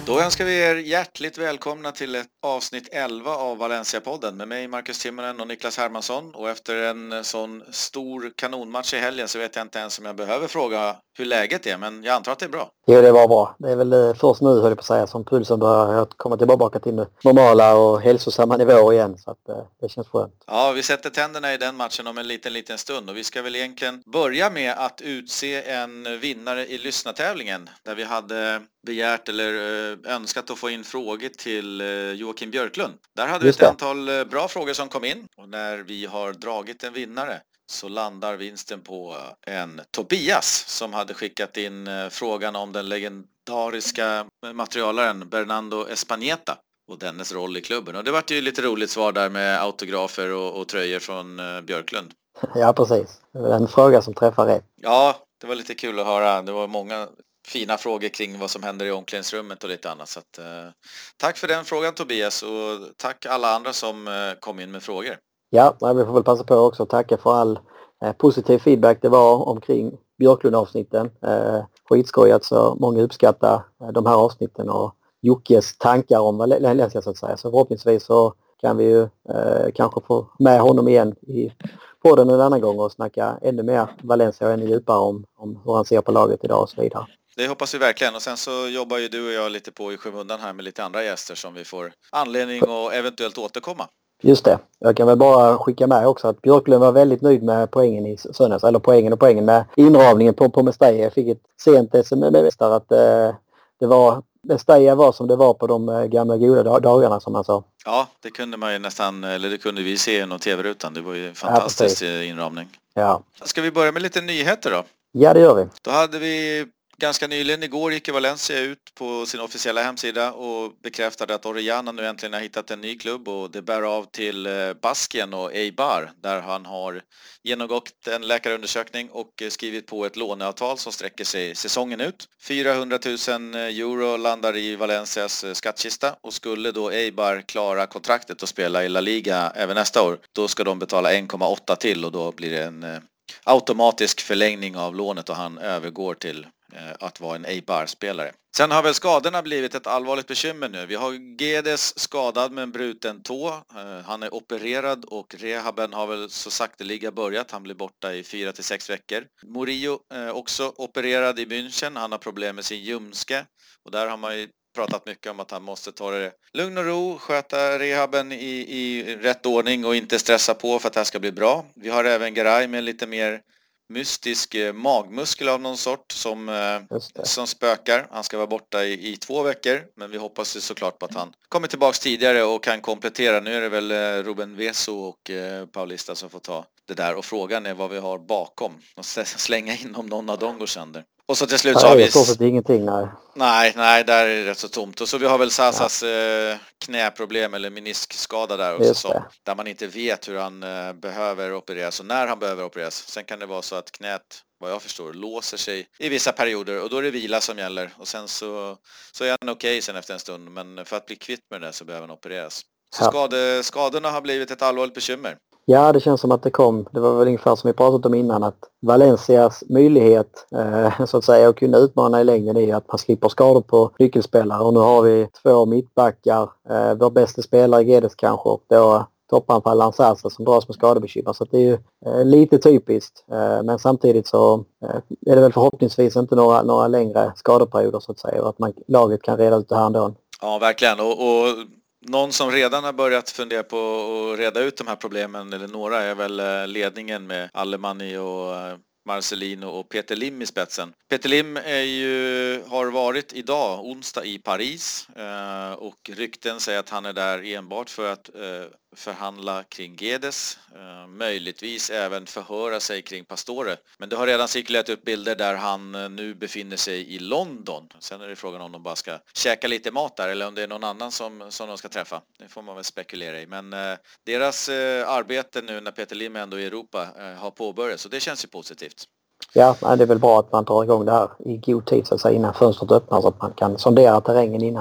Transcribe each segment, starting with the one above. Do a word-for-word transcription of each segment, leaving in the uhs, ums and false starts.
Då önskar vi er hjärtligt välkomna till ett avsnitt elva av Valencia-podden med mig Marcus Timmerman och Niklas Hermansson. Och efter en sån stor kanonmatch i helgen så vet jag inte ens om jag behöver fråga hur läget är, men jag antar att det är bra. Jo, det var bra. Det är väl först nu, höll jag på att säga, som pulsen börjar komma tillbaka till normala och hälsosamma nivåer igen, så att det känns skönt. Ja, vi sätter tänderna i den matchen om en liten, liten stund och vi ska väl egentligen börja med att utse en vinnare i lyssnartävlingen där vi hade begärt eller önskat att få in frågor till Joakim Björklund. Där hade vi ett antal bra frågor som kom in och när vi har dragit en vinnare så landar vinsten på en Tobias som hade skickat in frågan om den legendariska materialaren Bernardo Españeta och dennes roll i klubben. Och det var ju lite roligt svar där med autografer och, och tröjor från uh, Björklund. Ja, precis. Det var en fråga som träffar rätt. Ja, det var lite kul att höra. Det var många fina frågor kring vad som händer i omklädningsrummet och lite annat. Så att, uh, tack för den frågan Tobias och tack alla andra som uh, kom in med frågor. Ja, vi får väl passa på också att tacka för all uh, positiv feedback det var omkring Björklund-avsnitten. Uh, skitskoj att så många uppskattar uh, de här avsnitten och Jockes tankar om Valencia så att säga. Så förhoppningsvis så kan vi ju eh, kanske få med honom igen i podden en annan gång och snacka ännu mer Valencia och ännu djupare om, om hur han ser på laget idag och så vidare. Det hoppas vi verkligen och sen så jobbar ju du och jag lite på i skymundan här med lite andra gäster som vi får anledning att eventuellt återkomma. Just det. Jag kan väl bara skicka med också att Björklund var väldigt nöjd med poängen i söndags, eller poängen och poängen med inramningen på, på Mestalla. Jag fick ett sent sms där att eh, det var Mestalla var som det var på de gamla goda dagarna som man sa. Ja, det kunde man ju nästan, eller det kunde vi se i någon tv-rutan. Det var ju fantastisk ja, inramning. Ja. Ska vi börja med lite nyheter då? Ja, det gör vi. Då hade vi ganska nyligen, igår gick Valencia ut på sin officiella hemsida och bekräftade att Orellana nu äntligen har hittat en ny klubb och det bär av till Baskien och Eibar där han har genomgått en läkarundersökning och skrivit på ett låneavtal som sträcker sig säsongen ut. fyrahundratusen euro landar i Valencias skattkista och skulle då Eibar klara kontraktet och spela i La Liga även nästa år, då ska de betala en komma åtta till och då blir det en automatisk förlängning av lånet och han övergår till att vara en Eibar-spelare. Sen har väl skadorna blivit ett allvarligt bekymmer nu. Vi har Guedes skadad med en bruten tå. Han är opererad och rehaben har väl så sakteliga börjat. Han blir borta i fyra till sex veckor. Murillo också opererad i München. Han har problem med sin ljumske och där har man ju pratat mycket om att han måste ta det lugn och ro, sköta rehaben i, i rätt ordning och inte stressa på för att det här ska bli bra. Vi har även Garay med lite mer mystisk magmuskel av någon sort som, som spökar. Han ska vara borta i, i två veckor men vi hoppas ju såklart på att han kommer tillbaks tidigare och kan komplettera. Nu är det väl Ruben Veso och eh, Paulista som får ta det där och frågan är vad vi har bakom och slänga in om någon av dem går sönder. Och så till slut så har vi... Det är ingenting, nej. Nej, nej, där är det rätt så tomt. Och så vi har väl Sasas ja. eh, knäproblem eller meniskskada där också. Som, där man inte vet hur han eh, behöver opereras och när han behöver opereras. Sen kan det vara så att knät, vad jag förstår, låser sig i vissa perioder och då är det vila som gäller. Och sen så, så är han okej okay sen efter en stund. Men för att bli kvitt med det så behöver han opereras. Så ja. skade, skadorna har blivit ett allvarligt bekymmer. Ja, det känns som att det kom. Det var väl ungefär som vi pratat om innan att Valencias möjlighet eh, så att säga att kunna utmana i längden är att man slipper skador på nyckelspelare. Och nu har vi två mittbackar, eh, vår bästa spelare Guedes kanske och då toppanfallaren Sasa som dras med skadebekymmer. Så att det är ju eh, lite typiskt. Eh, men samtidigt så eh, är det väl förhoppningsvis inte några, några längre skadeperioder så att säga. Och att man, laget kan reda ut det här ändå. Ja, verkligen. Och... och... Någon som redan har börjat fundera på att reda ut de här problemen, eller några, är väl ledningen med Alemani och Marcelino och Peter Lim i spetsen. Peter Lim är ju, har varit idag, onsdag, i Paris och rykten säger att han är där enbart för att förhandla kring Guedes, möjligtvis även förhöra sig kring Pastore. Men det har redan cirkulerat upp bilder där han nu befinner sig i London. Sen är det frågan om de bara ska käka lite mat där eller om det är någon annan som, som de ska träffa. Det får man väl spekulera i. Men eh, deras eh, arbete nu när Peter Lim ändå i Europa eh, har påbörjat, så det känns ju positivt. Ja, det är väl bra att man tar igång det här i god tid så att säga innan fönstret öppnar så att man kan sondera terrängen innan.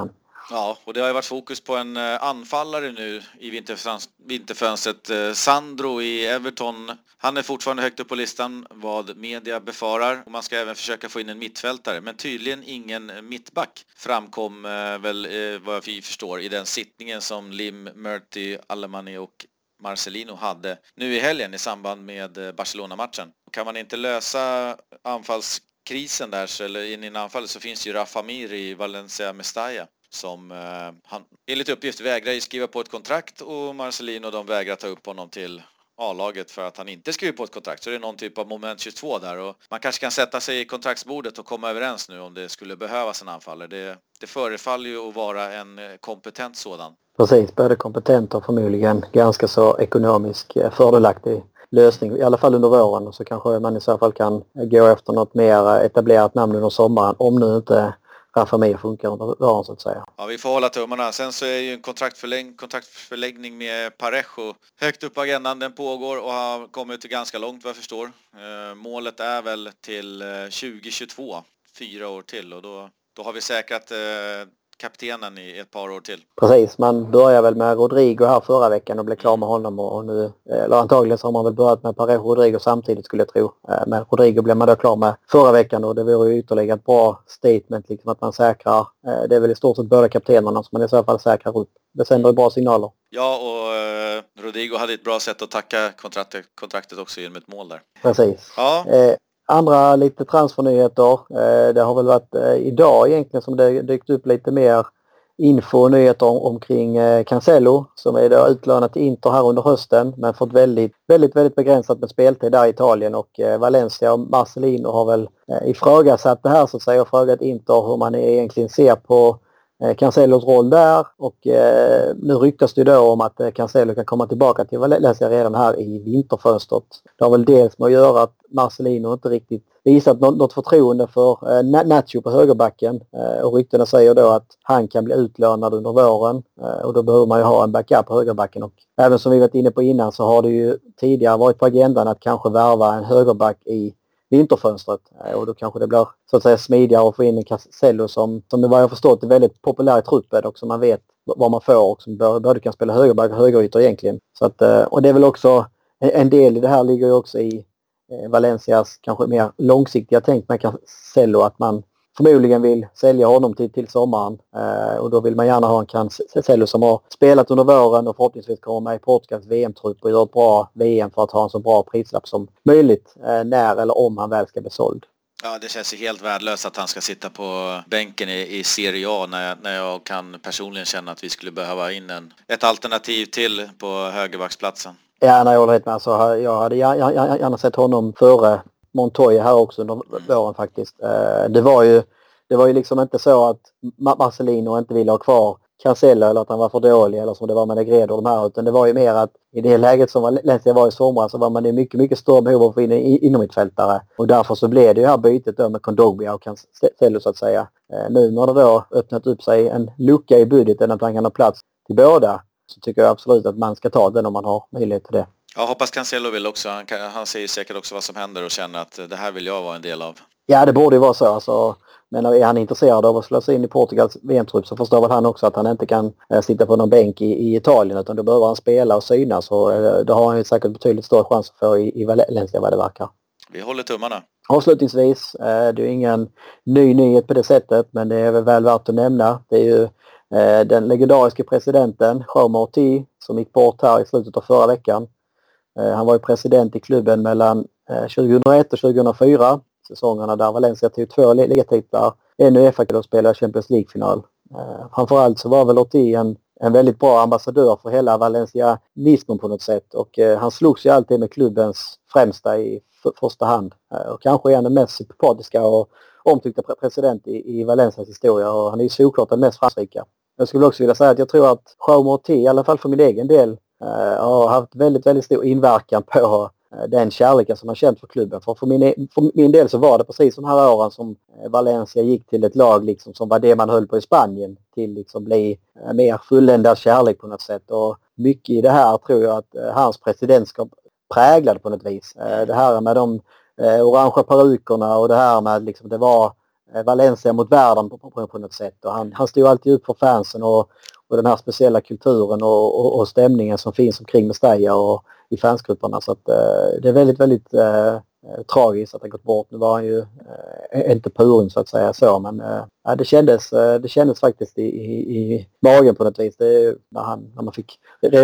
Ja, och det har ju varit fokus på en anfallare nu i vinterfönstret, vinterfönstret. Sandro i Everton. Han är fortfarande högt upp på listan vad media befarar. Och man ska även försöka få in en mittfältare. Men tydligen ingen mittback framkom väl vad vi förstår i den sittningen som Lim, Murty, Alemani och Marcelino hade nu i helgen i samband med Barcelona-matchen. Kan man inte lösa anfallskrisen där eller in i en anfall så finns ju Rafa Mir i Valencia Mestalla som eh, han enligt uppgift vägrar ju skriva på ett kontrakt och Marcelino de vägrar ta upp honom till A-laget för att han inte skriver på ett kontrakt. Så det är någon typ av moment tjugotvå där och man kanske kan sätta sig i kontraktsbordet och komma överens nu om det skulle behövas en anfallare. Det, det förefaller ju att vara en kompetent sådan. Precis, både kompetent och förmodligen ganska så ekonomisk fördelaktig lösning, i alla fall under våren. Och så kanske man i så fall kan gå efter något mer etablerat namn under sommaren om nu inte Rafa Mir funkar under våren så att säga. Ja, vi får hålla tummarna. Sen så är ju en kontraktförläng- kontraktförläggning med Parejo högt upp på agendan. Den pågår och har kommit ganska långt vad jag förstår. Eh, målet är väl till eh, tjugo tjugotvå, fyra år till och då, då har vi säkrat eh, kaptenen i ett par år till. Precis, man börjar väl med Rodrigo här förra veckan och blev klar med honom och nu, eller antagligen så har man väl börjat med Parejo och Rodrigo samtidigt skulle jag tro. Men Rodrigo blev man då klar med förra veckan och det vore ju ytterligare ett bra statement liksom att man säkrar, det är väl i stort sett båda kaptenerna som man i så fall säkrar upp. Det sänder bra signaler. Ja, och eh, Rodrigo hade ett bra sätt att tacka kontraktet, kontraktet också genom ett mål där. Precis. Ja. Eh, Andra lite transfernyheter. Eh, det har väl varit eh, idag egentligen som det dykt upp lite mer info och nyheter om, omkring eh, Cancelo som är då utlånat till Inter här under hösten men fått väldigt, väldigt, väldigt begränsat med speltid där i Italien och eh, Valencia och Marcelino har väl eh, ifrågasatt det här så att säga och frågat Inter hur man egentligen ser på eh, Cancelos roll där och eh, nu ryktas det då om att eh, Cancelo kan komma tillbaka till Valencia redan här i vinterfönstret. Det har väl dels med att göra att Marcelino inte riktigt visat något, något förtroende för eh, Nacho på högerbacken eh, och ryktena säger då att han kan bli utlånad under våren eh, och då behöver man ju ha en backup på högerbacken och även som vi varit inne på innan så har det ju tidigare varit på agendan att kanske värva en högerback i vinterfönstret eh, och då kanske det blir så att säga smidigare att få in en Cancelo som, som det var jag förstått är väldigt populär i truppen och som man vet vad man får och som både kan spela högerback och högerytter egentligen. Så att, eh, och det är väl också en del i det här ligger ju också i Valencias kanske mer långsiktiga tänk med Cancelo att man förmodligen vill sälja honom till, till sommaren eh, och då vill man gärna ha en Cancelo som har spelat under våren och förhoppningsvis kommer med i Portugals V M-trupp och gör ett bra V M för att ha en så bra prislapp som möjligt eh, när eller om han väl ska bli såld. Ja, det känns ju helt värdelöst att han ska sitta på bänken i, i Serie A när jag, när jag kan personligen känna att vi skulle behöva in en, ett alternativ till på högerbacksplatsen. Ja, nej, jag håller helt med. Alltså, jag hade gärna, gärna sett honom före Montoya här också under våren faktiskt. Det var ju, det var ju liksom inte så att Marcelino inte ville ha kvar Cancelo eller att han var för dålig eller som det var med Negredo och de här, utan det var ju mer att i det läget som Valencia var i somras så var man i mycket, mycket större behov av att få in inom mittfältare och därför så blev det ju här bytet då med Kondogbia och Cancelo så att säga. Nu när det då öppnat upp sig en lucka i budgeten att han kan ha plats till båda så tycker jag absolut att man ska ta den om man har möjlighet till det. Jag hoppas Cancelo vill också. Han, kan, han ser säkert också vad som händer och känner att det här vill jag vara en del av. Ja, det borde ju vara så. Alltså, men är han intresserad av att slå sig in i Portugals V M-trupp så förstår väl han också att han inte kan äh, sitta på någon bänk i, i Italien utan då behöver han spela och synas och äh, då har han ju säkert betydligt större chans för i, i Valencia vad det verkar. Vi håller tummarna. Avslutningsvis, äh, det är ingen ny nyhet på det sättet men det är väl väl värt att nämna. Det är ju den legendariske presidenten Jaume Ortí som gick bort här i slutet av förra veckan. Han var ju president i klubben mellan tjugohundraett och tjugohundrafyra. Säsongerna där Valencia tog två ligatitlar. En U F A-cup och spelade Champions League-final. Framförallt så var väl Ortí en, en väldigt bra ambassadör för hela valencianismen på något sätt. Och han slogs ju alltid med klubbens främsta i f- första hand. Och kanske är han den mest sympatiska och omtyckta president i, i Valencias historia och han är ju såklart den mest framgångsrika. Jag skulle också vilja säga att jag tror att Jaume Ortí, i alla fall för min egen del, eh, har haft väldigt, väldigt stor inverkan på eh, den kärleken som man känt för klubben. För, för, min, för min del så var det precis de här åren som eh, Valencia gick till ett lag liksom, som var det man höll på i Spanien till liksom bli eh, mer fulländad kärlek på något sätt. Och mycket i det här tror jag att eh, hans presidentskap präglade på något vis. Eh, det här med de Eh, orangea perukerna och det här med liksom det var Valencia mot världen på, på, på något sätt. Och han, han stod alltid upp för fansen och, och den här speciella kulturen och, och, och stämningen som finns omkring Mestalla och i fansgrupperna. Så att, eh, det är väldigt, väldigt eh, tragiskt att han gått bort. Nu var han ju eh, inte på uren så att säga så, men eh, det, kändes, eh, det kändes faktiskt i, i, i magen på något vis det, när, han, när man fick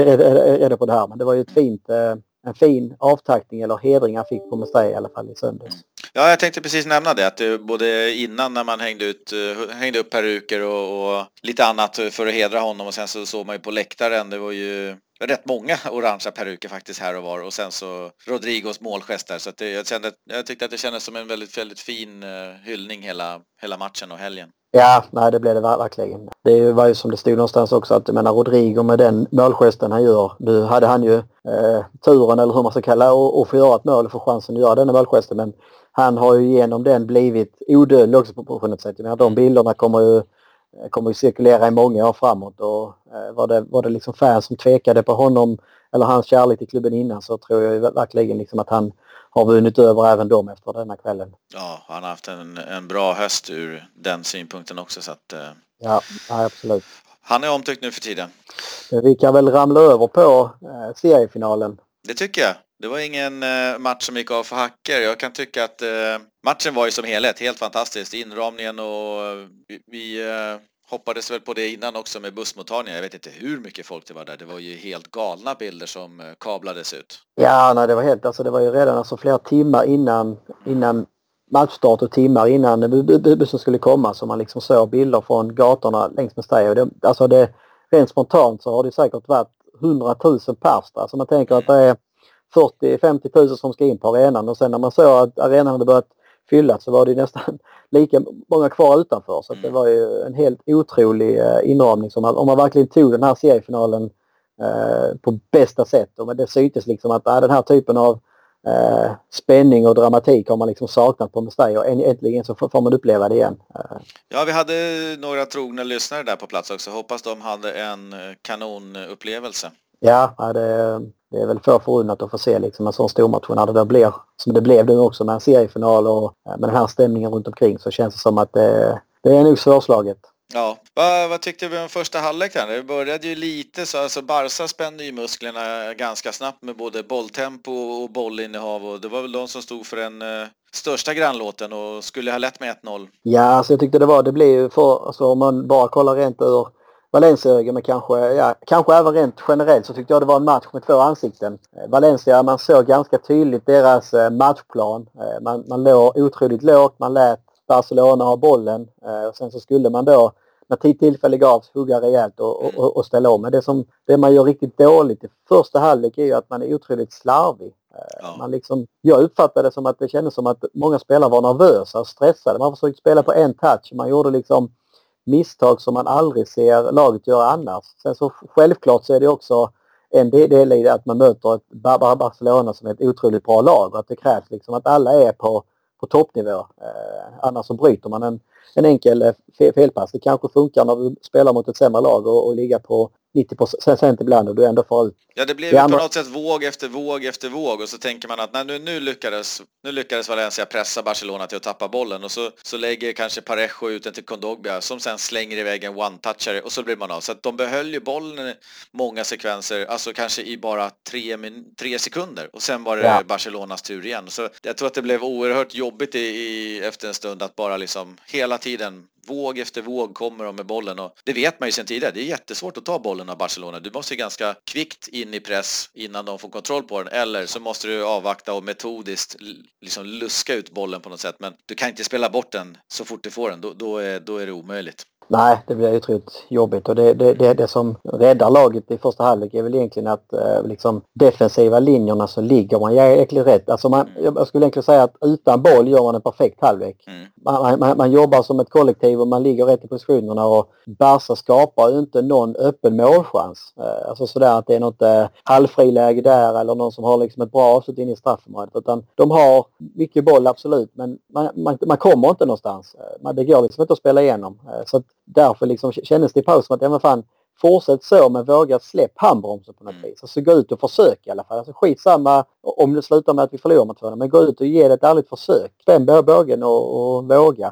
reda på det här. Men det var ju ett fint, eh, en fin avtackning eller hedring han fick på Mestalla i alla fall i söndags. Ja, jag tänkte precis nämna det, att det, både innan när man hängde, ut, hängde upp peruker och, och lite annat för att hedra honom, och sen så såg man ju på läktaren, det var ju rätt många orangea peruker faktiskt här och var, och sen så Rodrigos målgester, så att det, jag, kände, jag tyckte att det kändes som en väldigt, väldigt fin uh, hyllning hela, hela matchen och helgen. Ja, nej det blev det verkligen. Det var ju som det stod någonstans också att jag menar, Rodrigo med den målgesten han gör, nu hade han ju eh, turen eller hur man ska kalla och, och få göra ett mål och få chansen att göra den målgesten, men han har ju genom den blivit odödlig också på, på något sätt. Jag menar, de bilderna kommer ju, kommer ju cirkulera i många år framåt, och eh, var, det, var det liksom fans som tvekade på honom eller hans kärlek till klubben innan, så tror jag ju verkligen liksom att han har vunnit över även dem efter denna kvällen. Ja, han har haft en, en bra höst ur den synpunkten också, så att... Eh... Ja, ja, absolut. Han är omtyckt nu för tiden. Vi kan väl ramla över på eh, seriefinalen. Det tycker jag. Det var ingen eh, match som gick av för hacker. Jag kan tycka att eh, matchen var ju som helhet helt fantastiskt. Inramningen och eh, vi, vi eh, hoppades väl på det innan också med bussmottagningen. Jag vet inte hur mycket folk det var där. Det var ju helt galna bilder som eh, kablades ut. Ja, nej, det var helt, alltså det var ju redan alltså flera timmar innan, innan matchstart och timmar innan bussen skulle komma, så man liksom såg bilder från gatorna längs med Mestalla. Det, alltså det, rent spontant så har det säkert varit hundratusen pers där. Så man tänker att det är fyrtio till femtio tusen som ska in på arenan, och sen när man såg att arenan hade börjat fyllas så var det nästan lika många kvar utanför. Så att det var ju en helt otrolig inramning som man, om man verkligen tog den här seriefinalen eh, på bästa sätt. Och det syntes liksom att äh, den här typen av eh, spänning och dramatik har man liksom saknat på Mestalla, och äntligen så får man uppleva det igen. Ja, vi hade några trogna lyssnare där på plats också. Hoppas de hade en kanonupplevelse. Ja, det, det är väl för förunnat att få se liksom en sån stor match när det blir som det blev nu också med en seriefinal och med den här stämningen runt omkring, så känns det som att det, det är nog svårslaget. Ja, vad, vad tyckte vi om första halvlek här? Det började ju lite så, alltså Barca spände ju musklerna ganska snabbt med både bolltempo och bollinnehav, och det var väl de som stod för den eh, största grannlåten och skulle ha lätt med ett noll. Ja, alltså jag tyckte det var, det blev ju för, alltså om man bara kollar rent ur Valencia-ögon, men kanske, ja, kanske även rent generellt, så tyckte jag det var en match med två ansikten. Valencia, man såg ganska tydligt deras matchplan. Man, man låg otroligt lågt, man lät Barcelona ha bollen, och sen så skulle man då, när tid tillfälle gavs, hugga rejält och, och, och ställa om. Men det, som, det man gör riktigt dåligt i första halvlek är ju att man är otroligt slarvig. Ja. Man liksom, jag uppfattade det som att det kändes som att många spelare var nervösa och stressade. Man försökte spela på en touch, man gjorde liksom misstag som man aldrig ser laget göra annars. Sen så självklart så är det också en del i det att man möter ett Barcelona som är ett otroligt bra lag, och att det krävs liksom att alla är på, på toppnivå. Eh, annars så bryter man en, en enkel felpass. Det kanske funkar när du spelar mot ett sämre lag och, och ligga på nittio procent ibland och du ändå får ut. Ja, det blev ju andra... på något sätt våg efter våg efter våg, och så tänker man att nej, nu, nu, lyckades, nu lyckades Valencia pressa Barcelona till att tappa bollen, och så, så lägger kanske Parejo ut den till Kondogbia som sen slänger iväg en one-touchare, och så blir man av. Så att de behöll ju bollen många sekvenser, alltså kanske i bara tre, min- tre sekunder, och sen var det ja. Barcelonas tur igen. Så jag tror att det blev oerhört jobbigt i, i, efter en stund att bara liksom hela tiden våg efter våg kommer de med bollen, och det vet man ju sedan tidigare. Det är jättesvårt att ta bollen av Barcelona. Du måste ju ganska kvickt in i press innan de får kontroll på den, eller så måste du avvakta och metodiskt liksom luska ut bollen på något sätt, men du kan inte spela bort den så fort du får den. Då, då, är, då är det omöjligt. Nej, det blir otroligt jobbigt, och det, det, det, det som räddar laget i första halvlek är väl egentligen att eh, liksom defensiva linjerna så ligger man jäkligt rätt. Alltså man, jag skulle egentligen säga att utan boll gör man en perfekt halvlek. Mm. Man, man, man jobbar som ett kollektiv och man ligger rätt i positionerna, och Barca skapar ju inte någon öppen målchans. Eh, alltså sådär att det är något eh, halvfriläge där eller någon som har liksom ett bra avslut in i straffområdet, utan de har mycket boll absolut, men man, man, man kommer inte någonstans. Man, det går liksom inte att spela igenom. Eh, så att därför liksom kändes det i paus som att ja, men fan, fortsätt så, men våga släpp handbromsen på något mm. vis. Alltså gå ut och försök i alla fall. Alltså skitsamma om det slutar med att vi förlorar mot varandra, men gå ut och ge det ett ärligt försök. Spänn bågen och, och våga.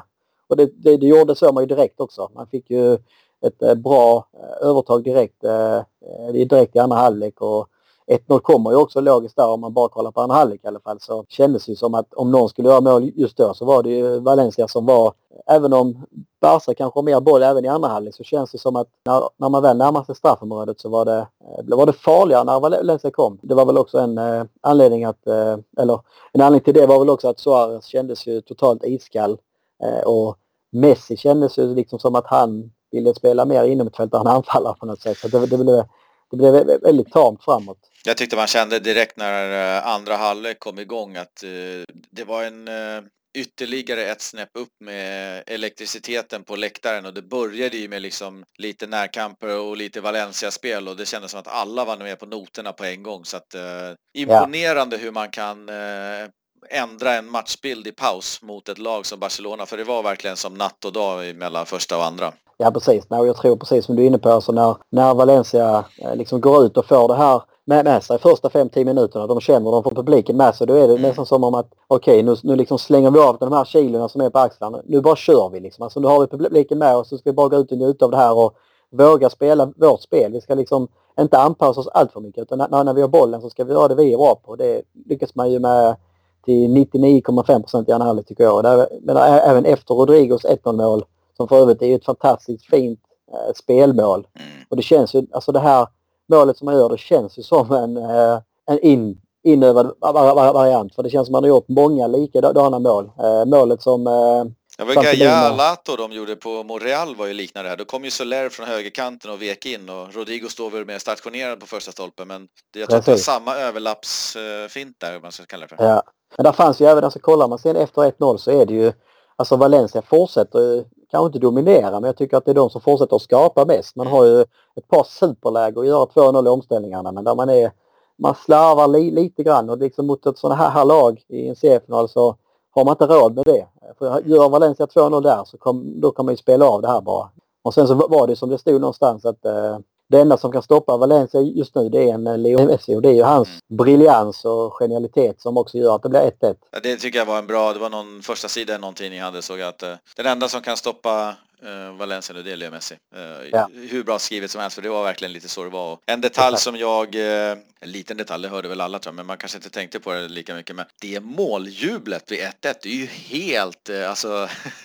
Och det, det, det gjorde så man ju direkt också. Man fick ju ett eh, bra eh, övertag direkt, eh, direkt i andra halvlek och ett noll kommer ju också logiskt där om man bara kollar på andra halvlek i alla fall, så kändes det ju som att om någon skulle göra mål just då så var det ju Valencia som var, även om Barca kanske har mer boll även i andra halvlek, så känns det som att när, när man väl närmar sig straffområdet så var det, var det farligare när Valencia kom. Det var väl också en eh, anledning att, eh, eller en anledning till det var väl också att Suarez kändes ju totalt iskall eh, och Messi kändes ju liksom som att han ville spela mer inom ett fält där han anfaller på något sätt. Så det, det blev Det blev väldigt tamt framåt. Jag tyckte man kände direkt när andra halvlek kom igång att uh, det var en uh, ytterligare ett snäpp upp med elektriciteten på läktaren, och det började ju med liksom lite närkamper och lite Valencia-spel, och det kändes som att alla var med på noterna på en gång, så att uh, imponerande ja. Hur man kan uh, ändra en matchbild i paus mot ett lag som Barcelona, för det var verkligen som natt och dag mellan första och andra. Ja, precis. Nej, jag tror precis som du är inne på, alltså när, när Valencia eh, liksom går ut och får det här med, med sig första fem till tio minuterna, de känner de får publiken med sig, då är det mm. nästan som om att okej, okay, nu, nu liksom slänger vi av de här kilorna som är på axlarna, nu bara kör vi liksom. Alltså nu har vi publiken med oss, så ska vi bara gå ut och njuta av det här och våga spela vårt spel. Vi ska liksom inte anpassa oss allt för mycket, utan när, när vi har bollen så ska vi göra det vi är bra på. Det lyckas man ju med till nittionio komma fem procent i andra halvlek tycker jag. Där, men även efter Rodrigos ett noll mål, som för övrigt är ett fantastiskt fint eh, spelmål. Mm. Och det känns ju, alltså det här målet som man gör, det känns ju som en, eh, en in, inövad variant. För det känns som man har gjort många likadana mål. Eh, målet som... Eh, det var Gaia Lato de gjorde på Montreal var ju liknande här. Då kom ju Soler från högerkanten och vek in, och Rodrigo står väl med stationerad på första stolpen, men jag tror att det var samma överlappsfint där, om man ska kalla det för. Ja, men där fanns ju även, alltså kollar man sen efter ett noll så är det ju, alltså Valencia fortsätter kanske inte dominera, men jag tycker att det är de som fortsätter att skapa mest. Man har ju ett par superläge och göra två noll i omställningarna, men där man är, man slarvar li, lite grann, och liksom mot ett sådana här, här lag i en seriefinal så har man inte råd med det. För gör Valencia två noll där så kom, då kan man ju spela av det här bara. Och sen så var det som det stod någonstans att eh, det enda som kan stoppa Valencia just nu, det är en Leo Messi, och det är ju hans mm. briljans och genialitet som också gör att det blir ett ett. Ja, det tycker jag var en bra, det var någon första sida någon tidning hade, såg att eh, den enda som kan stoppa eh, Valencia nu, det är Leo Messi. Eh, ja. Hur bra skrivet som helst, för det var verkligen lite så det var. En detalj som jag, eh, en liten detalj, det hörde väl alla tror jag, men man kanske inte tänkte på det lika mycket, men det måljublet vid ett ett, det är ju helt, eh, alltså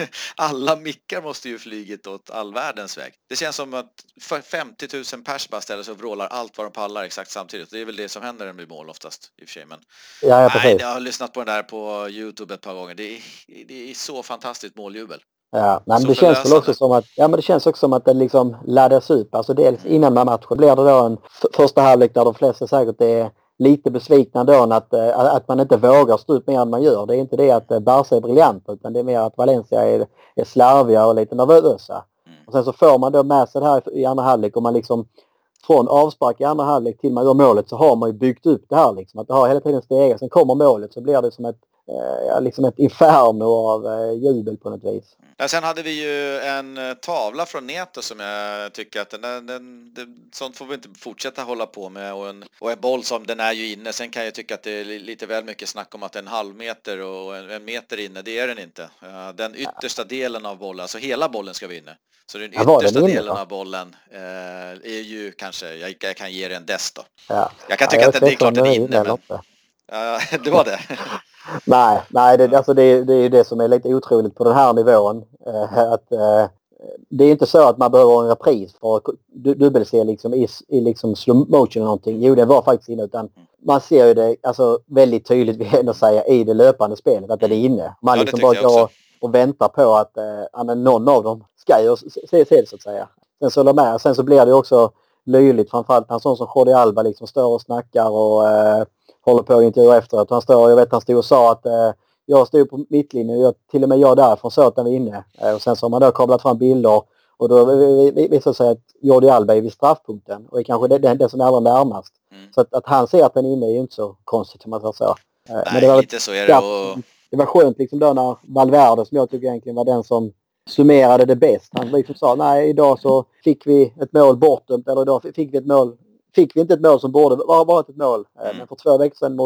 alla mickar måste ju flygit åt all världens väg. Det känns som att femtio tusen pers bara ställer sig och vrålar allt vad de pallar exakt samtidigt. Det är väl det som händer när det blir mål oftast i och för sig, men ja, ja, nej, jag har lyssnat på den där på YouTube ett par gånger. Det är, det är så fantastiskt måljubel. Ja, men det känns väl också som att, ja, men det känns också som att det liksom laddas upp. Alltså dels innan matchen blir det då en f- första halvlek där de flesta säkert är lite besvikna då att, att man inte vågar stå upp mer än man gör. Det är inte det att Barca är briljant, utan det är mer att Valencia är, är slarviga och lite nervösa. Mm. Och sen så får man då med sig det här i andra halvlek, och man liksom från avspark i andra halvlek till man gör målet så har man ju byggt upp det här liksom. Att det har hela tiden stegat. Sen kommer målet så blir det som ett, eh, liksom ett inferno av eh, jubel på något vis. Ja, sen hade vi ju en tavla från Neto som jag tycker att den, den, den, sånt får vi inte fortsätta hålla på med, och en, och en boll som den är ju inne. Sen kan jag tycka att det är lite väl mycket snack om att det är en halv meter och en, en meter inne, det är den inte. Den yttersta delen av bollen, alltså hela bollen ska vi inne. Så den yttersta den delen av bollen eh, är ju kanske, jag, jag kan ge det en dest då. Ja. Jag kan tycka ja, jag att det är klart den är inne, men... Ja, det var det. nej, nej det, alltså det, det är ju det som är lite otroligt på den här nivån. Eh, att, eh, det är inte så att man behöver en repris för att du, dubbelse liksom i, i liksom slow motion eller någonting. Jo, det var faktiskt inne, utan man ser ju det alltså väldigt tydligt, vill jag ändå säga, i det löpande spelet att det är inne. Man ja, liksom bara går och väntar på att eh, någon av dem ska ju se, se det så att säga. Sen så, med. Sen så blir det också löjligt, framförallt han sån som Jordi Alba liksom står och snackar och eh, håller på att intervjua efteråt. Han står, jag vet han stod och sa att eh, jag stod på mittlinjen, jag, till och med jag därifrån så att den var inne. Eh, och sen så har man då kablat fram bilder, och då visar det sig att Jordi Alba är vid straffpunkten, och är kanske det, det, det som är allra närmast. Mm. Så att, att han ser att den är inne är ju inte så konstigt som man ska säga. Eh, Nej, men det var, lite så är det. Och... det var skönt liksom då när Valverde, som jag tycker egentligen var den som summerade det bäst. Han liksom sa, nej, idag så fick vi ett mål bortdömt, eller idag fick vi ett mål, fick vi inte ett mål som borde vara varit ett mål. Mm. Men för två veckor sedan mot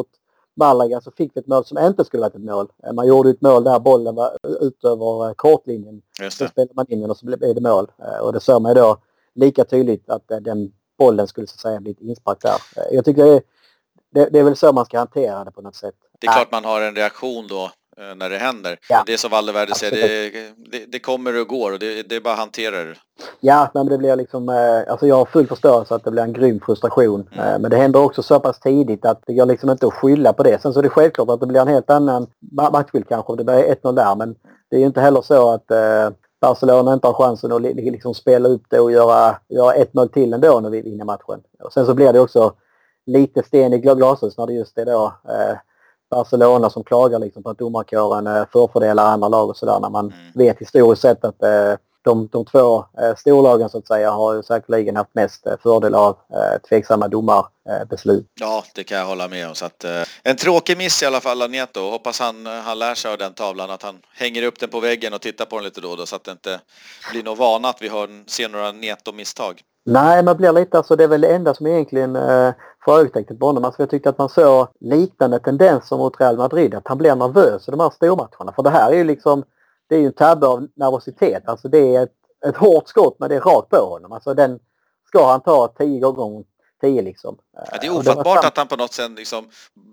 Malaga så fick vi ett mål som inte skulle varit ett mål. Man gjorde ett mål där bollen var ut över kortlinjen. Så spelade man in den och så blev det mål. Och det såg man då lika tydligt att den bollen skulle så att säga bli inspark där. Jag tycker det är, det, det är väl så man ska hantera det på något sätt. Det är klart man har en reaktion då när det händer. Ja. Det är som Valdeverde säger, det, det, det kommer och går och det, det är bara att hantera det. Ja, men det blir liksom, alltså jag har full förståelse att det blir en grym frustration. Mm. Men det händer också så pass tidigt att det går liksom inte att skylla på det. Sen så är det självklart att det blir en helt annan matchbild kanske, det blir ett noll där. Men det är ju inte heller så att eh, Barcelona inte har chansen att liksom spela upp det och göra, göra ett noll till ändå när vi vinner matchen. Och sen så blir det också lite sten i glashus när det just är då eh, Barcelona som klagar liksom på att domarkåren eh, förfördelar andra lag och sådär, när man mm. vet historiskt sett att eh, de, de två eh, storlagen så att säga har ju säkerligen haft mest eh, fördel av eh, tveksamma domarbeslut. Eh, ja, det kan jag hålla med om. Så att, eh, en tråkig miss i alla fall av Neto. Hoppas han, han lär sig av den tavlan, att han hänger upp den på väggen och tittar på den lite då, då så att det inte blir något vana att vi har, ser några Neto-misstag. Nej, man blir lite, alltså det är väl det enda som egentligen eh, föruttecknet på honom. Alltså jag tyckte att man såg liknande tendenser mot Real Madrid, att han blir nervös i de här stormatcherna. För det här är ju liksom, det är ju en tabbe av nervositet. Alltså det är ett, ett hårt skott men det är rakt på honom. Alltså den ska han ta tio gånger tio liksom. Ja, det är ofattbart det att han på något sätt liksom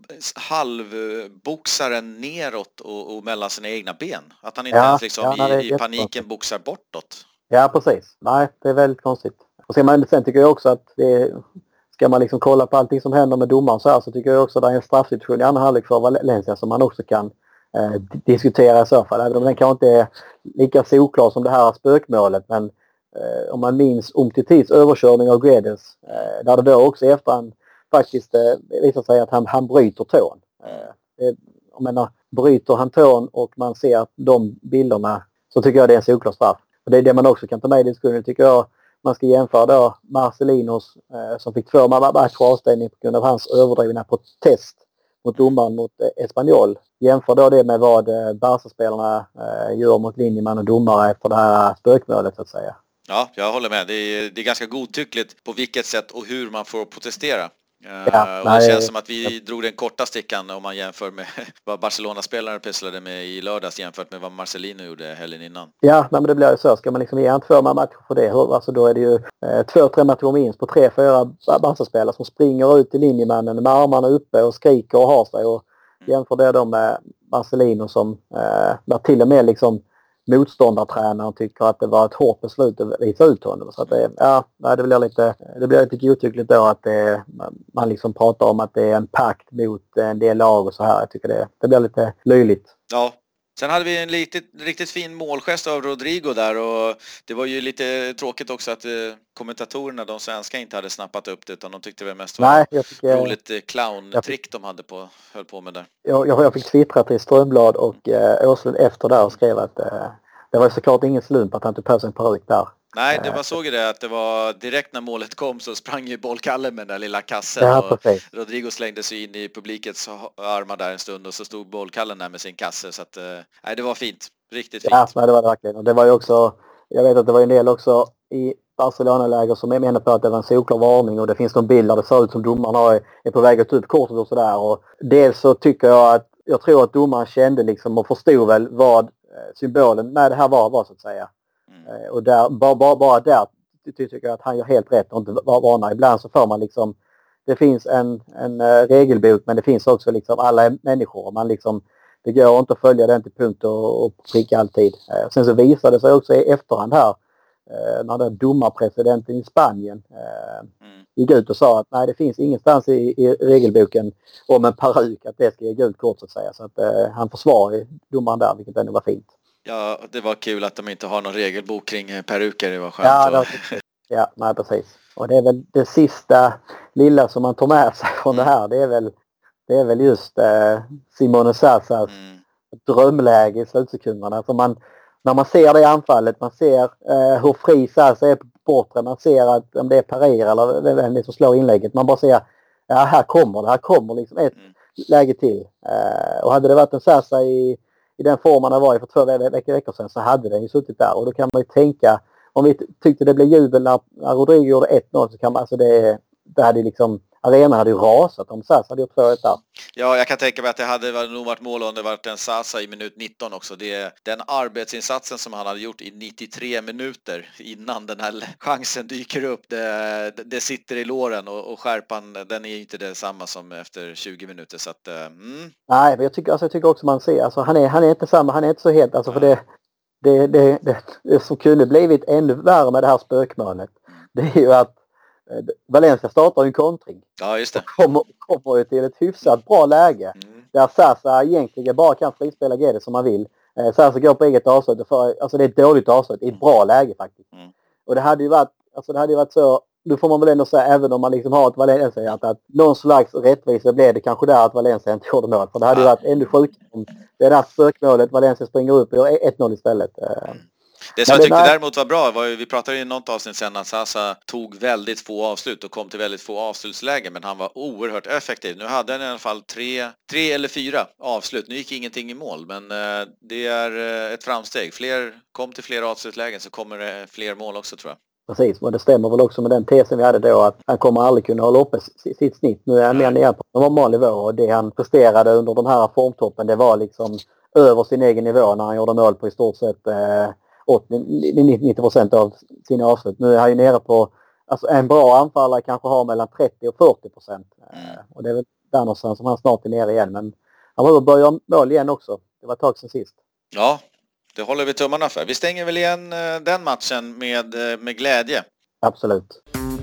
halvboxar en neråt och, och mellan sina egna ben. Att han inte ja, ens liksom ja, i, i paniken boxar bortåt. Ja, precis. Nej, det är väldigt konstigt. Och sen, man, sen tycker jag också att det, ska man liksom kolla på allting som händer med domaren så här, så tycker jag också att det är en straffsituation i andra halvlek för Valencia som man också kan eh, diskutera i så fall. Även om den kanske inte är lika solklar som det här spökmålet, men eh, om man minns Umtitits överkörning av Guedes, eh, där det då också i efterhand faktiskt eh, visar sig att han, han bryter tån. Eh, jag menar, bryter han tån och man ser de bilderna, så tycker jag det är en solklar straff. Och det är det man också kan ta med i diskussionen, tycker jag. Man ska jämföra då Marcelinos eh, som fick två matcher avstängning på grund av hans överdrivna protest mot domaren mot eh, Espanyol. Jämför då det med vad eh, Barca-spelarna eh, gör mot linjeman och domare efter det här spökmålet så att säga. Ja, jag håller med. Det är, det är ganska godtyckligt på vilket sätt och hur man får protestera. Ja, och det nej, känns som att vi drog den korta stickan om man jämför med vad Barcelona-spelare pesslade med i lördags jämfört med vad Marcelino gjorde helgen innan. Ja, nej, men det blir ju så. Ska man liksom ge en två matcher för det, alltså då är det ju eh, två, tre matcher minst på tre, fyra Barca-spelare som springer ut i linjemannen med armarna uppe och skriker och har sig, och mm. jämför det då med Marcelino som eh, där till och med liksom motståndartränaren tycker att det var ett hårt beslut att visa ut honom. Så att det, ja, det blir lite, det blir lite godtyckligt då att det, man liksom pratar om att det är en pakt mot en del lag och så här. Jag tycker det, det blir lite löjligt. Ja. Sen hade vi en riktigt, riktigt fin målgest av Rodrigo där, och det var ju lite tråkigt också att eh, kommentatorerna, de svenska, inte hade snappat upp det, utan de tyckte väl mest var ett roligt eh, clown-trick de hade på, höll på med där. Jag, jag, jag fick twittra till Strömblad och eh, Åslund efter där och skrev att eh, det var såklart ingen slump att han tog på sig en peruk där. Nej, det var såg ju det att det var direkt när målet kom så sprang ju bollkallen med den där lilla kassen, ja, och Rodrigo slängde sig in i publikets armar där en stund och så stod bollkallen där med sin kasse, så att nej, det var fint, riktigt fint. Ja, det var det verkligen, och det var ju också, jag vet att det var en del också i Barcelona-läger som jag menar på att det var en solklar varning, och det finns någon bild där det ser ut som domaren är på väg att ta upp kortet och sådär, och dels så tycker jag att jag tror att domaren kände liksom och förstod väl vad symbolen med det här var, var så att säga. Mm. Och där, bara, bara, bara där tycker jag att han gör helt rätt och inte varnar. Ibland så får man liksom, det finns en, en uh, regelbok, men det finns också liksom alla människor. Man liksom, det går inte att följa den till punkt och, och pricka alltid. Uh, sen så visade det sig också i efterhand här, uh, när den domarpresidenten i Spanien uh, mm. gick ut och sa att nej, det finns ingenstans i, i regelboken om en peruk att det ska ge gult kort så att säga. Så att uh, han försvarar domaren där, vilket ändå var fint. Ja, det var kul att de inte har någon regelbok kring peruker, det var skönt. Ja, det var, ja, nej, precis. Och det är väl det sista lilla som man tar med sig från mm. det här. Det är väl, det är väl just eh, Simone Sassas mm. drömläge i slutsekunderna. Alltså man, när man ser det anfallet, man ser eh, hur fri Sassa är på bortre, man ser att om det är Pereira eller vem det är som slår inlägget. Man bara ser, ja, här kommer det, här kommer liksom ett mm. läge till. Eh, och hade det varit en Sassa i i den formen det var i för två veckor, veckor sedan, så hade den ju suttit där. Och då kan man ju tänka, om vi tyckte det blev jubel när, när Rodrigo gjorde ett noll, så kan man, alltså det, det hade liksom, arenan hade ju rasat om Sasa hade gjort två ett där. Ja, jag kan tänka mig att det hade nog varit mål om det varit en Sasa i minut nitton också. Det, den arbetsinsatsen som han hade gjort i nittiotre minuter innan den här chansen dyker upp, det, det sitter i låren och, och skärpan, den är inte detsamma som efter tjugo minuter. Så att, mm. Nej, men jag tycker, alltså, jag tycker också man ser, alltså, han, är, han är inte samma, han är inte så het, alltså, för det, det, det, det, det som kunde blivit ännu värre med det här spökmålet, det är ju att eh, Valencia startar en kontring. Ja, just det. Och kommer, kommer ju till ett hyfsat bra läge. Mm. Där Sasa egentligen bara kan frispela Guedes som man vill. Eh, Sasa går på eget avslut. För, alltså det är ett dåligt avslut i ett bra läge faktiskt. Mm. Och det hade ju varit, alltså det hade ju varit så, nu får man väl ändå säga, även om man liksom har ett Valencia, att, att någon slags rättvisa blev det kanske där att Valencia inte gjorde mål. För det hade ju varit ännu sjukare om det där spökmålet Valencia springer upp och gör ett noll istället. Mm. Det som jag tyckte däremot var bra var ju, vi pratade i något avsnitt sen att Sasa tog väldigt få avslut och kom till väldigt få avslutslägen, men han var oerhört effektiv. Nu hade han i alla fall tre, tre eller fyra avslut. Nu gick ingenting i mål, men eh, det är eh, ett framsteg. Fler kom till fler avslutslägen, så kommer det fler mål också, tror jag. Precis, och det stämmer väl också med den tesen vi hade då, att han kommer aldrig kunna hålla uppe sitt snitt. Nu är han mer nere på normal nivå, och det han presterade under den här formtoppen, det var liksom över sin egen nivå när han gjorde mål på i stort sett eh, åttio till nittio procent av sina avslut. Nu är han ju nere på, alltså en bra anfallare kanske har mellan trettio och fyrtio procent. Mm. Och det är väl där någonstans som han snart är nere igen. Men han var börja mål igen också. Det var ett tag sedan sist. Ja, det håller vi tummarna för. Vi stänger väl igen den matchen med, med glädje. Absolut.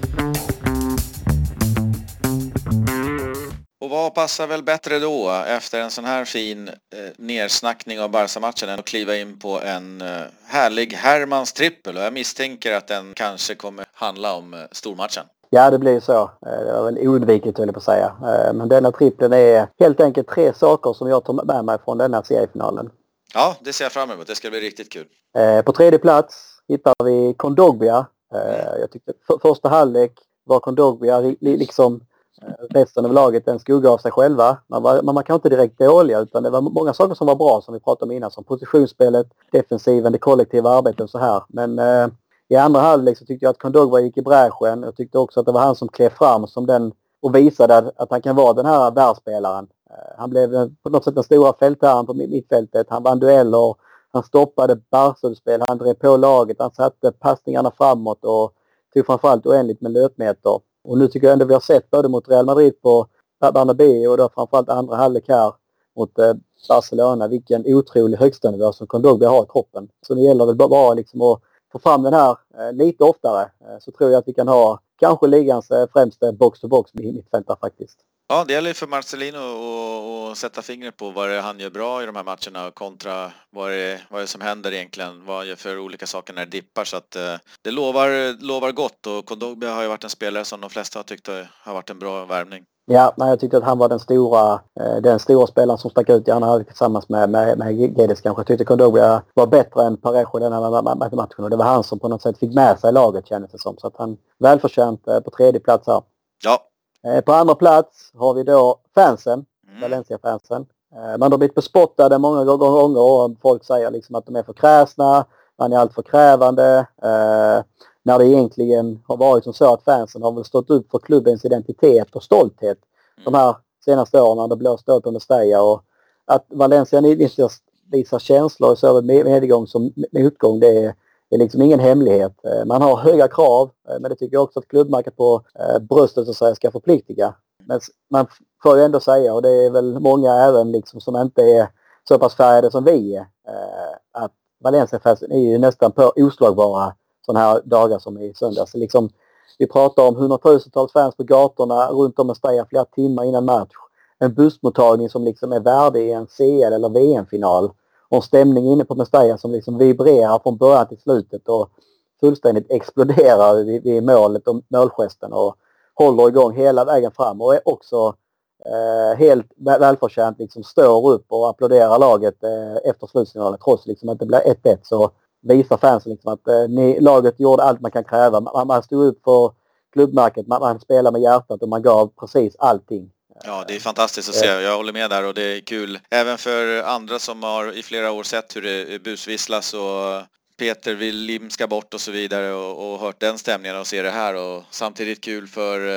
Och vad passar väl bättre då efter en sån här fin eh, nersnackning av Barca-matchen än att kliva in på en eh, härlig Hermans trippel? Och jag misstänker att den kanske kommer handla om eh, stormatchen. Ja, det blir så. Det var väl oundvikligt, höll jag på att säga. Men denna trippeln är helt enkelt tre saker som jag tar med mig från denna seriefinalen. Ja, det ser jag fram emot. Det ska bli riktigt kul. På tredje plats hittar vi Kondogbia. Mm. Jag tyckte för, första halvlek var Kondogbia liksom resten av laget en skugga av sig själva. Man var, man var kanske inte direkt dåliga, utan det var många saker som var bra, som vi pratade om innan, som positionsspelet, defensiven, det kollektiva arbetet och så här. Men eh, i andra halvlek så tyckte jag att Kondogbia gick i bräschen. Jag tyckte också att det var han som klev fram som den och visade att, att han kan vara den här världsspelaren. Eh, han blev på något sätt den stora fältherren på mittfältet. Han vann dueller, han stoppade Barca-spel, han drev på laget, han satte passningarna framåt och tog framförallt oändligt med löpmeter. Och nu tycker jag ändå vi har sett både mot Real Madrid på Bernabéu och då framförallt andra halvlek här mot eh, Barcelona, vilken otrolig högsta nivå som Kondogbia har i kroppen. Så det gäller väl bara liksom att få fram den här eh, lite oftare, eh, så tror jag att vi kan ha kanske ligans eh, främsta box-to-box i mittfältet faktiskt. Ja, det gäller för Marcelino att sätta fingret på vad det han gör bra i de här matcherna kontra vad det, vad det som händer egentligen, vad han gör för olika saker när det dippar, så att eh, det lovar, lovar gott, och Kondogbia har ju varit en spelare som de flesta har tyckt har varit en bra värvning. Ja, nej, jag tyckte att han var den stora, eh, den stora spelaren som stack ut i andra halvlek tillsammans med, med, med Guedes kanske. Jag tyckte Kondogbia var bättre än Parejo i den här matchen, och det var han som på något sätt fick med sig laget, kändes det som. Så att han välförtjänt eh, på tredje plats här. Ja. Eh, på andra plats har vi då fansen, mm. Valencia-fansen. Eh, man har blivit bespottade många gånger och folk säger liksom att de är för kräsna, man är allt för krävande. Eh, när det egentligen har varit som så att fansen har väl stått upp för klubbens identitet och stolthet mm. de här senaste åren när det blåst upp under Stella, och att Valencia visar, visar känslor i såväl medgång som motgång, det är, det är liksom ingen hemlighet. Man har höga krav, men det tycker jag också att klubbmärket på bröstet så att säga ska förpliktiga. Men man får ju ändå säga, och det är väl många även liksom som inte är så pass färgade som vi är, att Valencia-fansen är ju nästan på oslagbara sådana här dagar som i söndags. Liksom, vi pratar om hundratusentals fans på gatorna runt om i Stella flera timmar innan match. En bussmottagning som liksom är värdig i en C L eller V M-final. Och en stämning inne på Mestalla som liksom vibrerar från början till slutet och fullständigt exploderar vid, vid målet och målgesten och håller igång hela vägen fram, och är också eh, helt välförtjänt liksom står upp och applåderar laget eh, efter slutsignalen, trots liksom att det blir ett ett, så visar fansen liksom att eh, ni, laget gjorde allt man kan kräva. Man, man stod upp för klubbmärket, man, man spelar med hjärtat och man gav precis allting. Ja, det är fantastiskt att se. Jag håller med där, och det är kul. Även för andra som har i flera år sett hur det busvisslas och Peter Willim ska bort och så vidare, och, och hört den stämningen och se det här. Och samtidigt kul för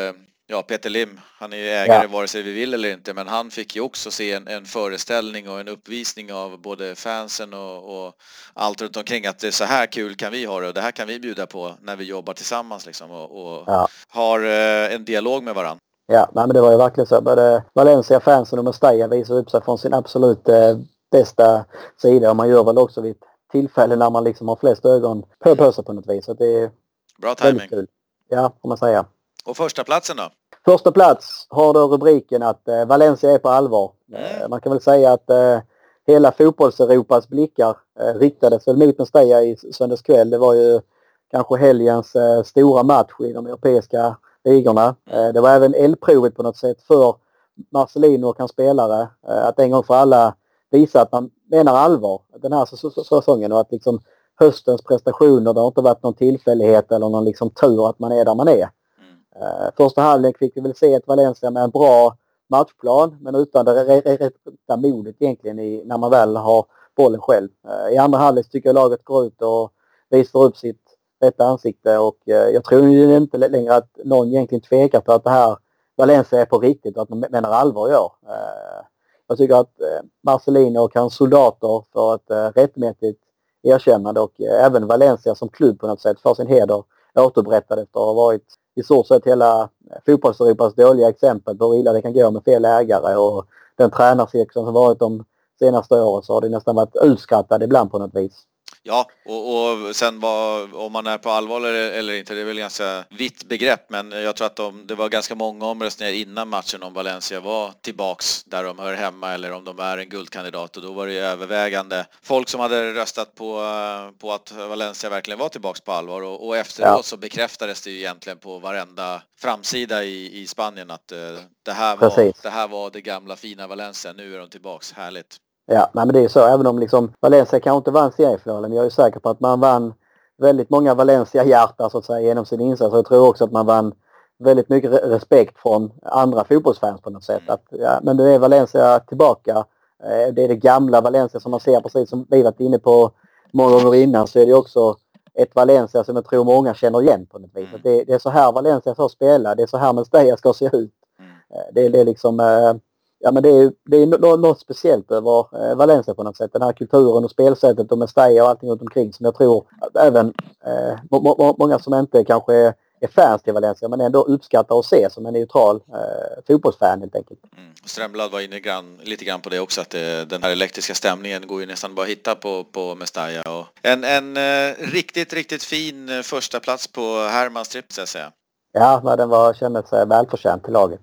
Ja, Peter Lim, han är ju ägare Ja. vare sig vi vill eller inte, men han fick ju också se en, en föreställning och en uppvisning av både fansen och, och allt runt omkring, att det är så här kul kan vi ha det och det här kan vi bjuda på när vi jobbar tillsammans liksom, och, och Ja. har eh, en dialog med varandra. Ja, nej, men det var ju verkligen så. Både Valencia-fansen och Mestalla visar upp sig från sin absolut eh, bästa sida, och man gör väl också vid ett tillfälle när man liksom har flest ögon på, på sig på något vis. Så det är Bra väldigt timing. kul. Ja, får man säga. Och första platsen då? Första plats har då rubriken att eh, Valencia är på allvar. Mm. Eh, man kan väl säga att eh, hela fotbolls-Europas blickar eh, riktades väl mot Mestalla i söndags kväll. Det var ju kanske helgens eh, stora match i de europeiska ligorna. Eh, det var även eldprovet på något sätt för Marcelino och hans spelare. Eh, att en gång för alla visa att man menar allvar den här säsongen, och att liksom höstens prestationer, det har inte varit någon tillfällighet eller någon liksom tur att man är där man är. Uh, första halvlek fick vi väl se ett Valencia med en bra matchplan, men utan det rätta modet egentligen i, när man väl har bollen själv. Uh, I andra halvlek tycker jag laget går ut och visar upp sitt rätta ansikte, och uh, jag tror ju inte längre att någon egentligen tvekar på att det här Valencia är på riktigt och att man menar allvar i år. Uh, jag tycker att uh, Marcelino och hans soldater får ett uh, rättmätigt erkännande, och uh, även Valencia som klubb på något sätt för sin heder återupprättad efter att ha varit i så sätt hela fotbolls-Europas dåliga exempel på hur illa det kan gå med fel ägare, och den tränarcirkeln som varit de senaste åren, så har det nästan varit utskrattad ibland på något vis. Ja, och, och sen vad, om man är på allvar eller, eller inte, det är väl ganska vitt begrepp, men jag tror att de, det var ganska många omröstningar innan matchen om Valencia var tillbaks där de hör hemma eller om de är en guldkandidat, och då var det ju övervägande folk som hade röstat på, på att Valencia verkligen var tillbaks på allvar, och, och efteråt ja. Så bekräftades det ju egentligen på varenda framsida i, i Spanien att uh, det, här var, det här var det gamla fina Valencia, nu är de tillbaks, härligt. Ja, nej, men det är så. Även om liksom Valencia kanske inte vann seriefinalen, men jag är säker på att man vann väldigt många Valencia-hjärtan så att säga genom sin insats. Och jag tror också att man vann väldigt mycket respekt från andra fotbollsfans på något sätt. Att, ja, men nu är Valencia tillbaka. Det är det gamla Valencia som man ser, precis som vi varit inne på många gånger innan, så är det också ett Valencia som jag tror många känner igen på något vis. Det, det är så här Valencia ska spela, det är så här Mestalla ska se ut. Det, det är liksom... Ja, men det är, det är något, något speciellt över eh, Valencia på något sätt. Den här kulturen och spelsättet och Mestalla och allting runt omkring, som jag tror att även eh, må, må, många som inte kanske är, är fans till Valencia men ändå uppskattar att se som en neutral eh, fotbollsfan helt enkelt. Mm. Strömblad var inne grann, lite grann på det också, att det, den här elektriska stämningen går ju nästan bara att hitta på, på Mestalla. Och en en eh, riktigt, riktigt fin eh, första plats på Hermans tripp, så att säga. Ja, men den var, kändes eh, välförtjänt till laget.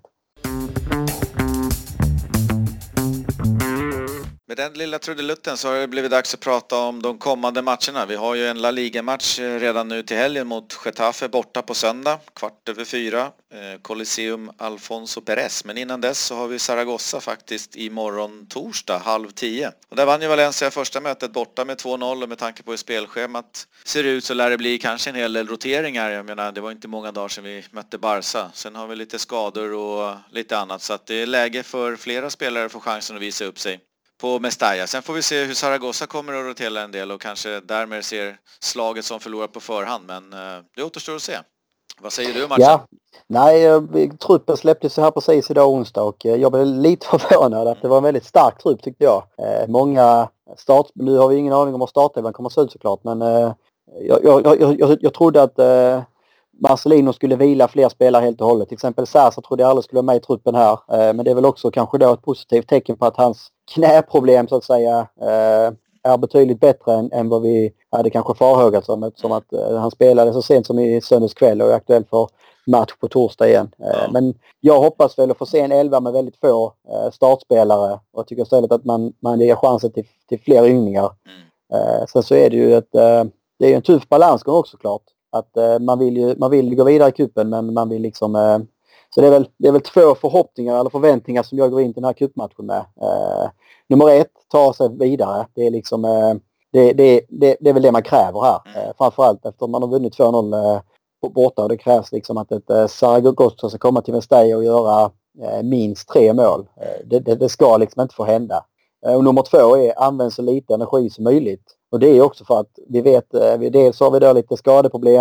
Med den lilla trudelutten så har det blivit dags att prata om de kommande matcherna. Vi har ju en La Liga-match redan nu till helgen mot Getafe borta på söndag, kvart över fyra, eh, Coliseum Alfonso Pérez. Men innan dess så har vi Zaragoza faktiskt imorgon torsdag, halv tio. Och där vann ju Valencia första mötet borta med två noll, och med tanke på hur spelschemat ser ut så lär det bli kanske en hel del roteringar. Jag menar, det var inte många dagar sedan vi mötte Barca. Sen har vi lite skador och lite annat, så att det är läge för flera spelare att få chansen att visa upp sig på Mestalla. Sen får vi se hur Zaragoza kommer att rotera en del och kanske därmed ser slaget som förlorat på förhand, men eh, det återstår att se. Vad säger du om matchen? Ja, nej, truppen släpptes så här precis idag onsdag, och jag blev lite förvånad att det var en väldigt stark trupp tyckte jag. Eh, många start, nu har vi ingen aning om hur startelvan kommer att se ut såklart, men eh, jag, jag, jag, jag, jag trodde att eh, Marcelino skulle vila fler spelare helt och hållet. Till exempel Sasa trodde jag aldrig skulle vara med i truppen här. Eh, men det är väl också kanske då ett positivt tecken på att hans knäproblem så att säga eh, är betydligt bättre än, än vad vi hade kanske farhågat om. Som att eh, han spelade så sent som i söndags kväll och är aktuell för match på torsdag igen. Eh, ja. Men jag hoppas väl att få se en elva med väldigt få eh, startspelare. Och jag tycker istället att man, man ger chansen till, till fler ynglingar. Mm. Eh, sen så är det ju ett, eh, det är en tuff balansgång också klart. Att eh, man vill ju man vill gå vidare i kuppen, men man vill liksom eh, så det är väl det är väl två förhoppningar eller förväntningar som jag går in till den här cupmatchen med. Eh, nummer ett, ta sig vidare. Det är liksom eh, det, det, det, det är väl det man kräver här. Eh, framförallt efter man har vunnit två noll eh, borta, och det krävs liksom att ett eh, Zaragoza ska komma till Mestalla och göra eh, minst tre mål. Eh, det, det, det ska liksom inte få hända. Eh, och nummer två är använd så lite energi som möjligt. Och det är också för att vi vet, dels har vi då lite skadeproblem.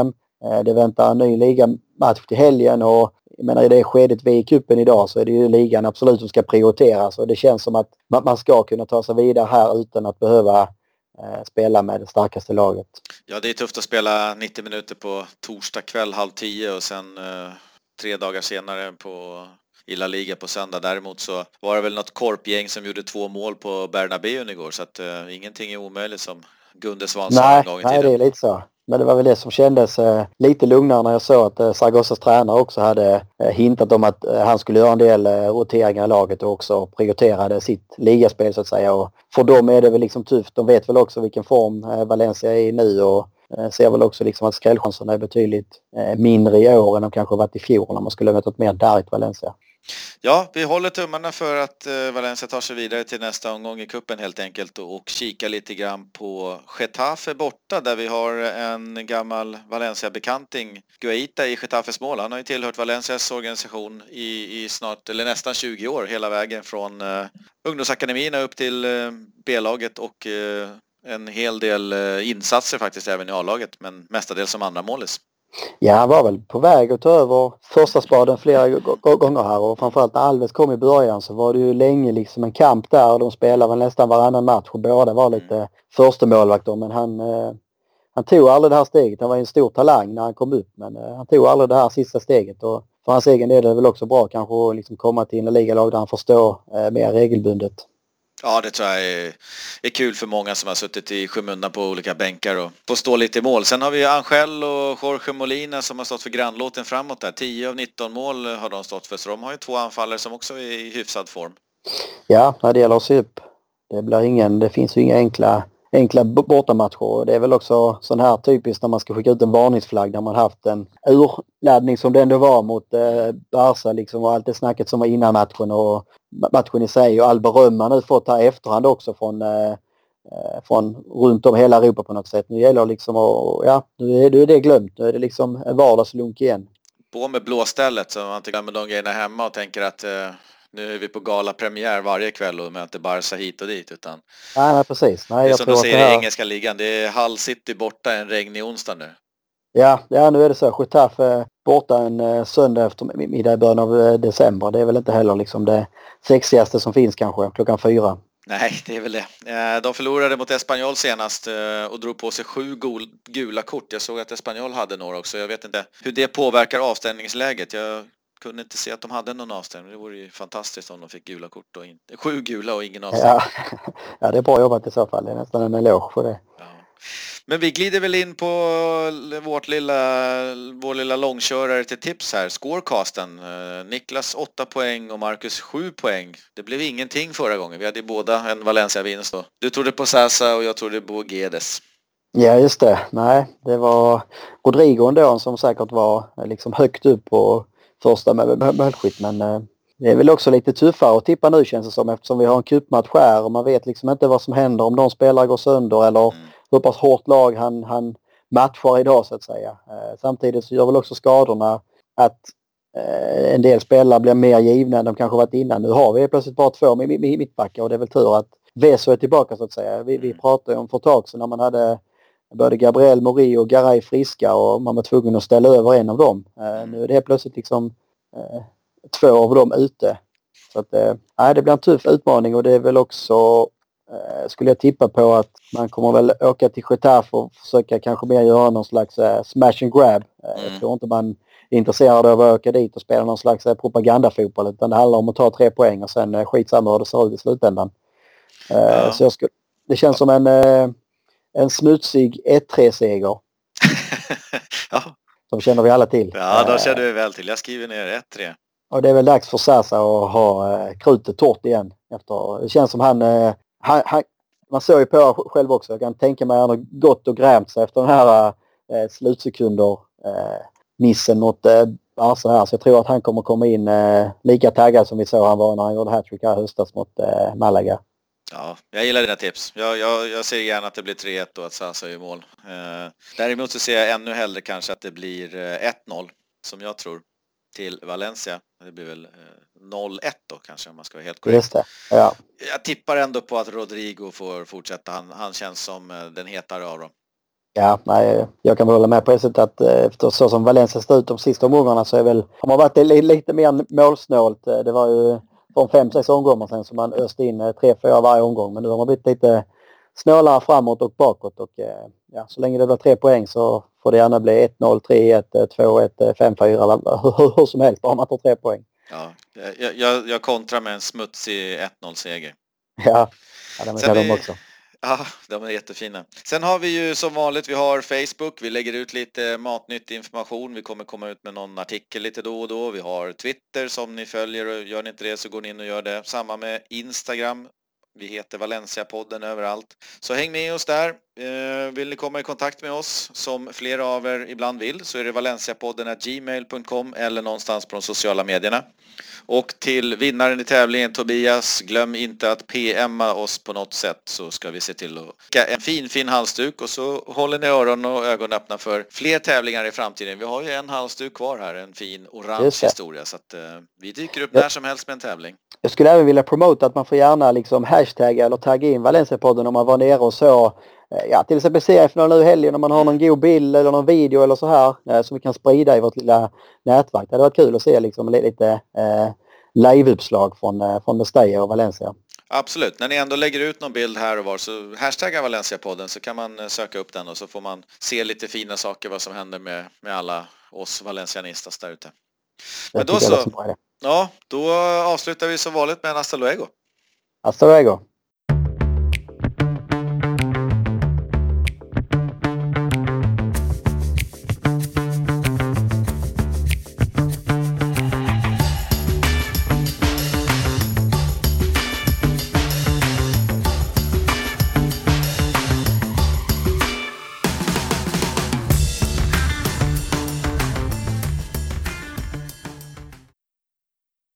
Eh, det väntar en ny ligamatch till helgen och jag menar, i det skedet vi är i kuppen idag så är det ju ligan absolut som ska prioriteras och det känns som att man ska kunna ta sig vidare här utan att behöva eh, spela med det starkaste laget. Ja, det är tufft att spela nittio minuter på torsdag kväll halv tio och sen eh, tre dagar senare på i La Liga på söndag. Däremot så var det väl något korpgäng som gjorde två mål på Bernabéu igår så att eh, ingenting är omöjligt som Gunde Svan sa en gång i tiden. Nej, det är lite så. Men det var väl det som kändes eh, lite lugnare när jag såg att eh, Zaragozzas tränare också hade eh, hintat om att eh, han skulle göra en del eh, roteringar i laget och också prioriterade sitt ligaspel så att säga. Och för dem är det väl liksom tufft. De vet väl också vilken form eh, Valencia är i nu och eh, ser väl också liksom att skrällchanserna är betydligt eh, mindre i år än de kanske varit i fjol när man skulle ha mötat mer darrigt Valencia. Ja, vi håller tummarna för att eh, Valencia tar sig vidare till nästa omgång i kuppen helt enkelt och, och kika lite grann på Getafe borta där vi har en gammal Valencia-bekanting, Guaita i Getafes mål. Han har ju tillhört Valencias organisation i, i snart eller nästan tjugo år hela vägen från eh, ungdomsakademierna upp till eh, B-laget och eh, en hel del eh, insatser faktiskt även i A-laget men mestadels som andra målis. Ja, han var väl på väg att ta över första spaden flera g- g- gånger här och framförallt när Alves kom i början så var det ju länge liksom en kamp där och de spelade väl nästan varannan match och båda var lite mm. första målvakter men han, eh, han tog aldrig det här steget. Han var ju en stor talang när han kom upp men eh, han tog aldrig det här sista steget och för hans egen del är det väl också bra kanske att liksom komma till en ligalag där han förstår eh, mer regelbundet. Ja, det tror jag är, är kul för många som har suttit i skymundan på olika bänkar och får stå lite i mål. Sen har vi Angel och Jorge Molina som har stått för grannlåten framåt där. tio av nitton mål har de stått för, så de har ju två anfallare som också är i hyfsad form. Ja, när det gäller att se upp. Det blir ingen, det finns ju inga enkla, enkla bortamatcher. Det är väl också sån här typiskt när man ska skicka ut en varningsflagg när man haft en urladdning som det ändå var mot eh, Barca liksom och allt det snacket som var innan matchen och matchen i sig och all beröm man nu fått här efterhand också från, eh, från runt om hela Europa på något sätt. Nu gäller det liksom att, ja, nu är, nu är det glömt. Nu är det liksom en vardagslunk igen. På med blåstället så man inte glömmer de grejerna hemma och tänker att eh, nu är vi på galapremiär varje kväll och möter Barca hit och dit utan nej, nej precis. Nej, det är jag som tror de att säger det här... i engelska ligan, det är Hull City borta en regnig onsdag nu. Ja, ja, nu är det så. Getafe borta en eh, söndag eftermiddag i början av eh, december. Det är väl inte heller liksom det sexigaste som finns kanske klockan fyra. Nej, det är väl det. Eh, de förlorade mot Espanyol senast eh, och drog på sig sju gul, gula kort. Jag såg att Espanyol hade några också. Jag vet inte hur det påverkar avstängningsläget. Jag kunde inte se att de hade någon avstängning. Det vore ju fantastiskt om de fick gula kort och inte, sju gula och ingen avstängning. Ja. Ja, det är bra jobbat i så fall. Det är nästan en eloge för det. Ja. Men vi glider väl in på vårt lilla, vår lilla långkörare till tips här. Scorecasten. Niklas åtta poäng och Marcus sju poäng. Det blev ingenting förra gången. Vi hade ju båda en Valencia-vinst då. Du trodde på Sasa och jag trodde på Guedes. Ja, just det. Nej, det var Rodrigo ändå som säkert var liksom högt upp på första målskytt. Men eh, det är väl också lite tuffare att tippa nu känns det som eftersom vi har en cupmatch här och man vet liksom inte vad som händer om de spelare går sönder eller mm. hur pass hårt lag han, han matchar idag så att säga. Eh, samtidigt så gör väl också skadorna att eh, en del spelare blir mer givna än de kanske varit innan. Nu har vi plötsligt bara två mittbackar och det är väl tur att Veso är tillbaka så att säga. Vi, vi pratade om för ett tag sedan när man hade både Gabriel, Mori och Garay friska och man var tvungen att ställa över en av dem. Eh, nu är det plötsligt liksom eh, två av dem ute. Så att eh, det blir en tuff utmaning och det är väl också eh, skulle jag tippa på att man kommer väl åka till Getafe och försöka kanske mer göra någon slags eh, smash and grab. Eh, mm. Jag tror inte man är intresserad av att åka dit och spela någon slags eh, propagandafotboll utan det handlar om att ta tre poäng och sen eh, skitsamma hur det ser ut i slutändan. Eh, ja. Så jag skulle, det känns som en eh, en smutsig ett tre seger. Ja. De känner vi alla till. Ja, de känner vi väl till. Jag skriver ner ett tre. Och det är väl dags för Sasa att ha eh, krutet torrt igen. Efter, det känns som han, eh, han, han... Man såg ju på själv också. Jag kan tänka mig att han har gått och grämt sig efter den här eh, slutsekunder eh, missen mot eh, Barca här. Så jag tror att han kommer komma in eh, lika taggad som vi såg han var när han gjorde hattrick här höstas mot eh, Malaga. Ja, jag gillar dina tips. Jag, jag, jag ser gärna att det blir tre ett och att Sasa är i mål. Eh, däremot så ser jag ännu hellre kanske att det blir eh, ett noll som jag tror till Valencia. Det blir väl eh, noll ett då kanske om man ska vara helt korrekt. Just det, ja. Jag tippar ändå på att Rodrigo får fortsätta. Han, han känns som eh, den hetare av dem. Ja, nej, jag kan väl hålla med på det sättet att efter så som Valencia stod ut de sista omgångarna så är väl, har man varit lite, lite mer målsnålt. Det var ju från fem, sex omgångar sedan som man öste in tre, fyra varje omgång. Men nu har man blivit lite snålare framåt och bakåt. Och ja, så länge det blir tre poäng så får det gärna bli ett noll, tre ett, två ett, fem fyra, hur, hur som helst, bara man tar tre poäng. Ja, jag, jag, jag kontrar med en smutsig ett noll-seger. Ja, ja de kan de också. Ja, de är jättefina. Sen har vi ju som vanligt, vi har Facebook, vi lägger ut lite matnytt information, vi kommer komma ut med någon artikel lite då och då, vi har Twitter som ni följer och gör ni inte det så går ni in och gör det. Samma med Instagram, vi heter Valencia-podden överallt. Så häng med oss där, vill ni komma i kontakt med oss som flera av er ibland vill så är det valenciapodden at gmail punkt com eller någonstans på de sociala medierna. Och till vinnaren i tävlingen Tobias, glöm inte att P M:a oss på något sätt så ska vi se till att en fin fin halsduk och så håller ni öron och ögon öppna för fler tävlingar i framtiden. Vi har ju en halsduk kvar här, en fin orange historia så att uh, vi dyker upp när som helst med en tävling. Jag skulle även vilja promota att man får gärna liksom hashtagga eller tagga in Valencia-podden om man var nere och så. Ja, till exempel seriefinal nu i helgen om man har någon god bild eller någon video eller så här som vi kan sprida i vårt lilla nätverk. Det hade varit kul att se liksom lite eh, live-uppslag från, eh, från Mestalla och Valencia. Absolut, när ni ändå lägger ut någon bild här och var så hashtagga Valencia-podden så kan man söka upp den och så får man se lite fina saker vad som händer med, med alla oss valencianistas där ute. Men då så, ja, då avslutar vi som vanligt med en hasta luego. Hasta luego.